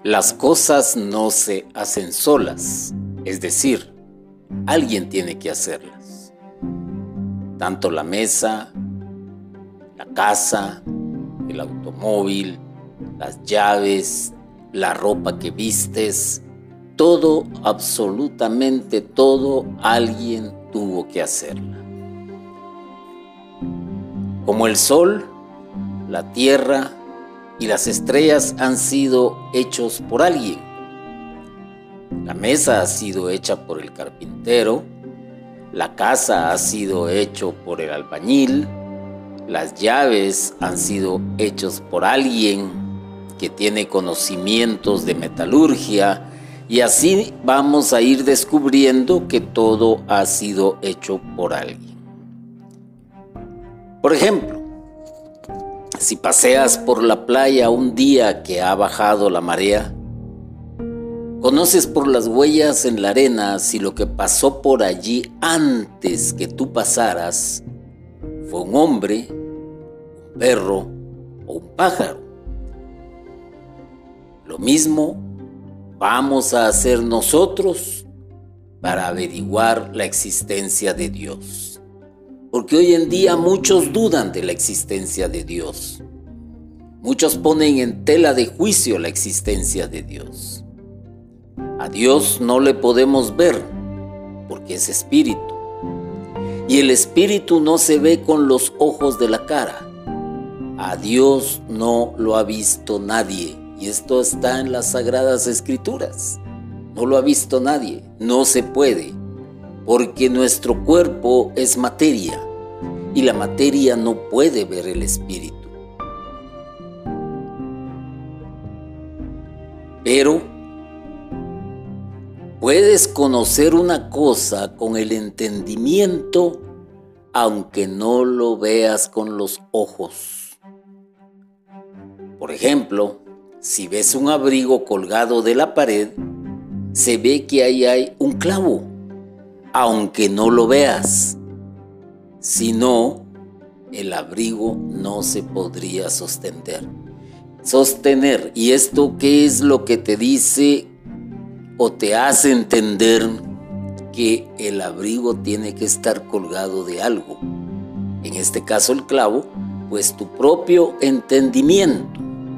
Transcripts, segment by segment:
Las cosas no se hacen solas, es decir, alguien tiene que hacerlas. Tanto la mesa, la casa, el automóvil, las llaves, la ropa que vistes, todo, absolutamente todo, alguien tuvo que hacerla. Como el sol, la tierra y las estrellas han sido hechos por alguien. La mesa ha sido hecha por el carpintero, la casa ha sido hecho por el albañil, las llaves han sido hechos por alguien que tiene conocimientos de metalurgia, y así vamos a ir descubriendo que todo ha sido hecho por alguien. Por ejemplo, si paseas por la playa un día que ha bajado la marea, conoces por las huellas en la arena si lo que pasó por allí antes que tú pasaras fue un hombre, un perro o un pájaro. Lo mismo vamos a hacer nosotros para averiguar la existencia de Dios. Porque hoy en día muchos dudan de la existencia de Dios. Muchos ponen en tela de juicio la existencia de Dios. A Dios no le podemos ver porque es espíritu. Y el espíritu no se ve con los ojos de la cara. A Dios no lo ha visto nadie. Y esto está en las Sagradas Escrituras. No lo ha visto nadie. No se puede. Porque nuestro cuerpo es materia. Y la materia no puede ver el espíritu. Pero puedes conocer una cosa con el entendimiento, aunque no lo veas con los ojos. Por ejemplo, si ves un abrigo colgado de la pared, se ve que ahí hay un clavo, aunque no lo veas. Si no, el abrigo no se podría sostener. ¿Y esto qué es lo que te dice o te hace entender que el abrigo tiene que estar colgado de algo? En este caso el clavo, pues tu propio entendimiento.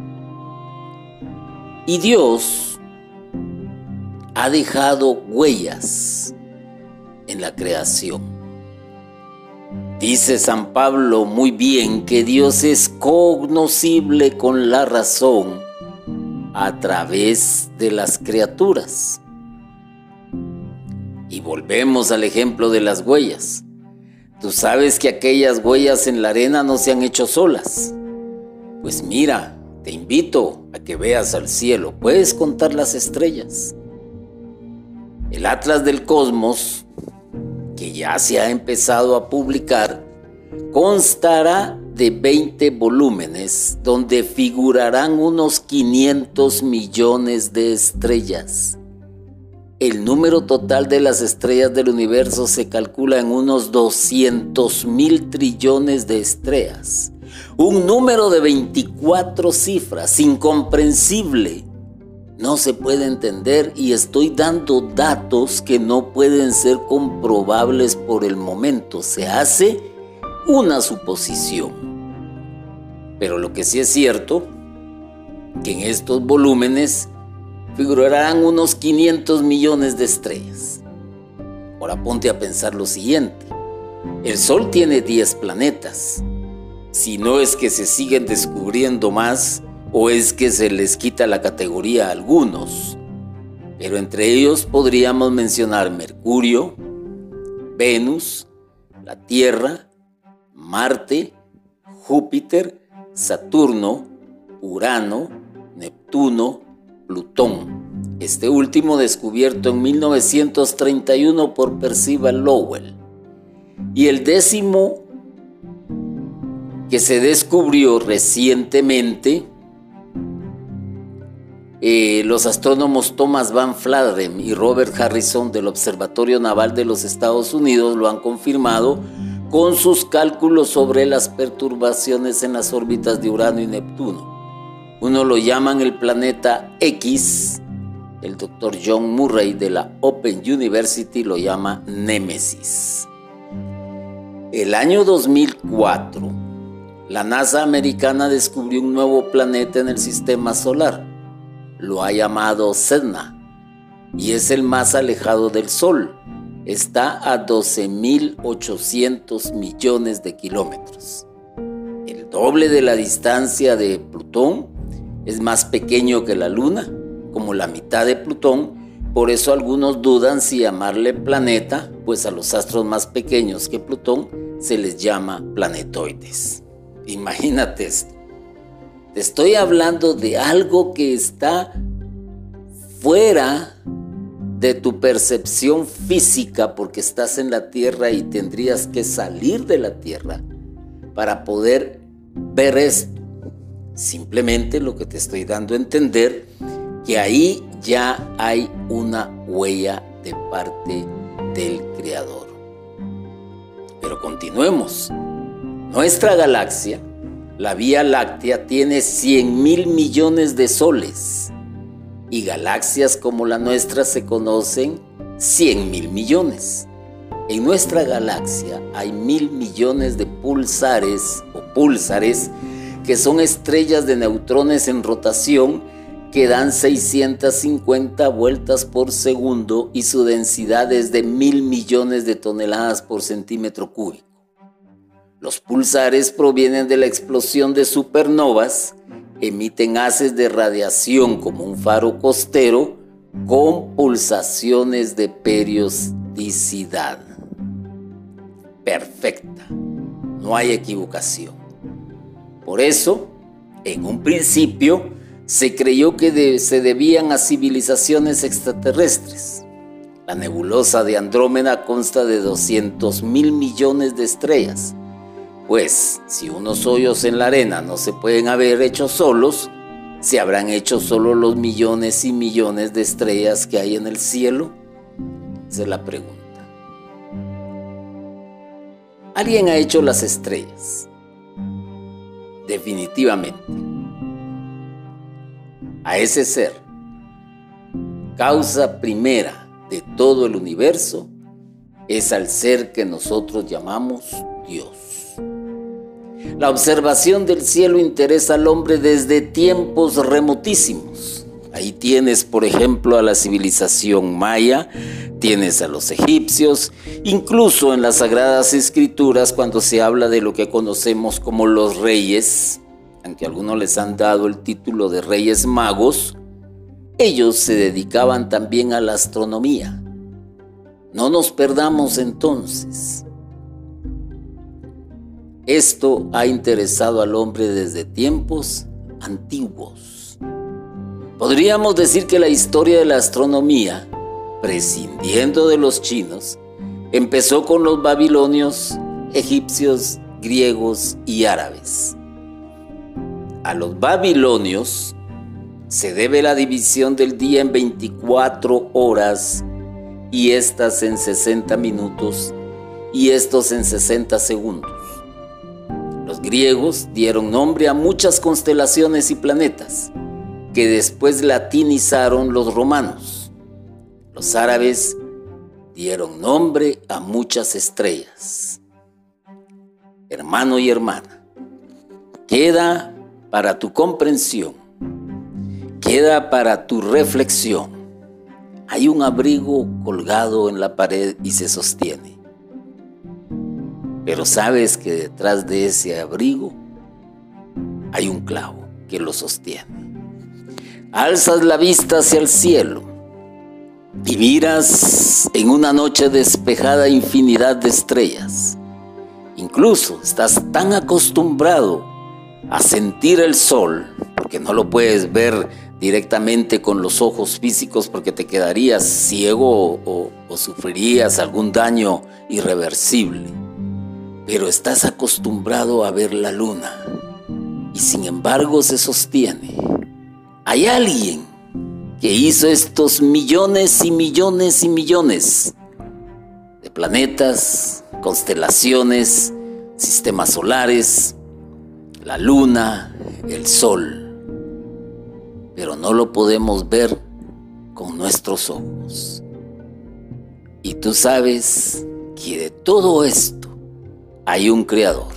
Y Dios ha dejado huellas en la creación. Dice San Pablo muy bien que Dios es cognoscible con la razón a través de las criaturas. Y volvemos al ejemplo de las huellas. Tú sabes que aquellas huellas en la arena no se han hecho solas. Pues mira, te invito a que veas al cielo. Puedes contar las estrellas. El Atlas del Cosmos, que ya se ha empezado a publicar, constará de 20 volúmenes donde figurarán unos 500 millones de estrellas. El número total de las estrellas del universo se calcula en unos 200.000 trillones de estrellas. Un número de 24 cifras, incomprensible. No se puede entender y estoy dando datos que no pueden ser comprobables por el momento. Se hace una suposición. Pero lo que sí es cierto, que en estos volúmenes figurarán unos 500 millones de estrellas. Ahora ponte a pensar lo siguiente. El Sol tiene 10 planetas. Si no es que se siguen descubriendo más, o es que se les quita la categoría a algunos. Pero entre ellos podríamos mencionar Mercurio, Venus, la Tierra, Marte, Júpiter, Saturno, Urano, Neptuno, Plutón. Este último descubierto en 1931 por Percival Lowell. Y el 10º que se descubrió recientemente, los astrónomos Thomas Van Vleuten y Robert Harrison del Observatorio Naval de los Estados Unidos lo han confirmado con sus cálculos sobre las perturbaciones en las órbitas de Urano y Neptuno. Uno lo llaman el planeta X, el doctor John Murray de la Open University lo llama Némesis. El año 2004, la NASA americana descubrió un nuevo planeta en el sistema solar. Lo ha llamado Sedna y es el más alejado del Sol. Está a 12.800 millones de kilómetros. El doble de la distancia de Plutón, es más pequeño que la Luna, como la mitad de Plutón. Por eso algunos dudan si llamarle planeta, pues a los astros más pequeños que Plutón se les llama planetoides. Imagínate esto. Te estoy hablando de algo que está fuera de tu percepción física porque estás en la Tierra y tendrías que salir de la Tierra para poder ver esto. Simplemente lo que te estoy dando a entender que ahí ya hay una huella de parte del Creador. Pero continuemos. Nuestra galaxia, la Vía Láctea, tiene 100.000 millones de soles y galaxias como la nuestra se conocen 100.000 millones. En nuestra galaxia hay 1.000 millones de púlsares que son estrellas de neutrones en rotación que dan 650 vueltas por segundo y su densidad es de 1.000 millones de toneladas por centímetro cúbico. Los púlsares provienen de la explosión de supernovas, emiten haces de radiación como un faro costero con pulsaciones de periodicidad perfecta, no hay equivocación. Por eso, en un principio, se creyó que se debían a civilizaciones extraterrestres. La nebulosa de Andrómeda consta de 200.000 millones de estrellas. Pues, si unos hoyos en la arena no se pueden haber hecho solos, ¿se habrán hecho solo los millones y millones de estrellas que hay en el cielo? Esa es la pregunta. Alguien ha hecho las estrellas. Definitivamente. A ese ser, causa primera de todo el universo, es al ser que nosotros llamamos Dios. La observación del cielo interesa al hombre desde tiempos remotísimos. Ahí tienes, por ejemplo, a la civilización maya, tienes a los egipcios, incluso en las Sagradas Escrituras cuando se habla de lo que conocemos como los reyes, aunque algunos les han dado el título de reyes magos, ellos se dedicaban también a la astronomía. No nos perdamos entonces. Esto ha interesado al hombre desde tiempos antiguos. Podríamos decir que la historia de la astronomía, prescindiendo de los chinos, empezó con los babilonios, egipcios, griegos y árabes. A los babilonios se debe la división del día en 24 horas y estas en 60 minutos y estos en 60 segundos. Los griegos dieron nombre a muchas constelaciones y planetas que después latinizaron los romanos. Los árabes dieron nombre a muchas estrellas. Hermano y hermana, queda para tu comprensión, queda para tu reflexión. Hay un abrigo colgado en la pared y se sostiene. Pero sabes que detrás de ese abrigo hay un clavo que lo sostiene. Alzas la vista hacia el cielo y miras en una noche despejada infinidad de estrellas. Incluso estás tan acostumbrado a sentir el sol, porque no lo puedes ver directamente con los ojos físicos porque te quedarías ciego o sufrirías algún daño irreversible. Pero estás acostumbrado a ver la luna y sin embargo se sostiene. Hay alguien que hizo estos millones y millones y millones de planetas, constelaciones, sistemas solares, la luna, el sol. pero no lo podemos ver con nuestros ojos. Y tú sabes que de todo esto hay un creador.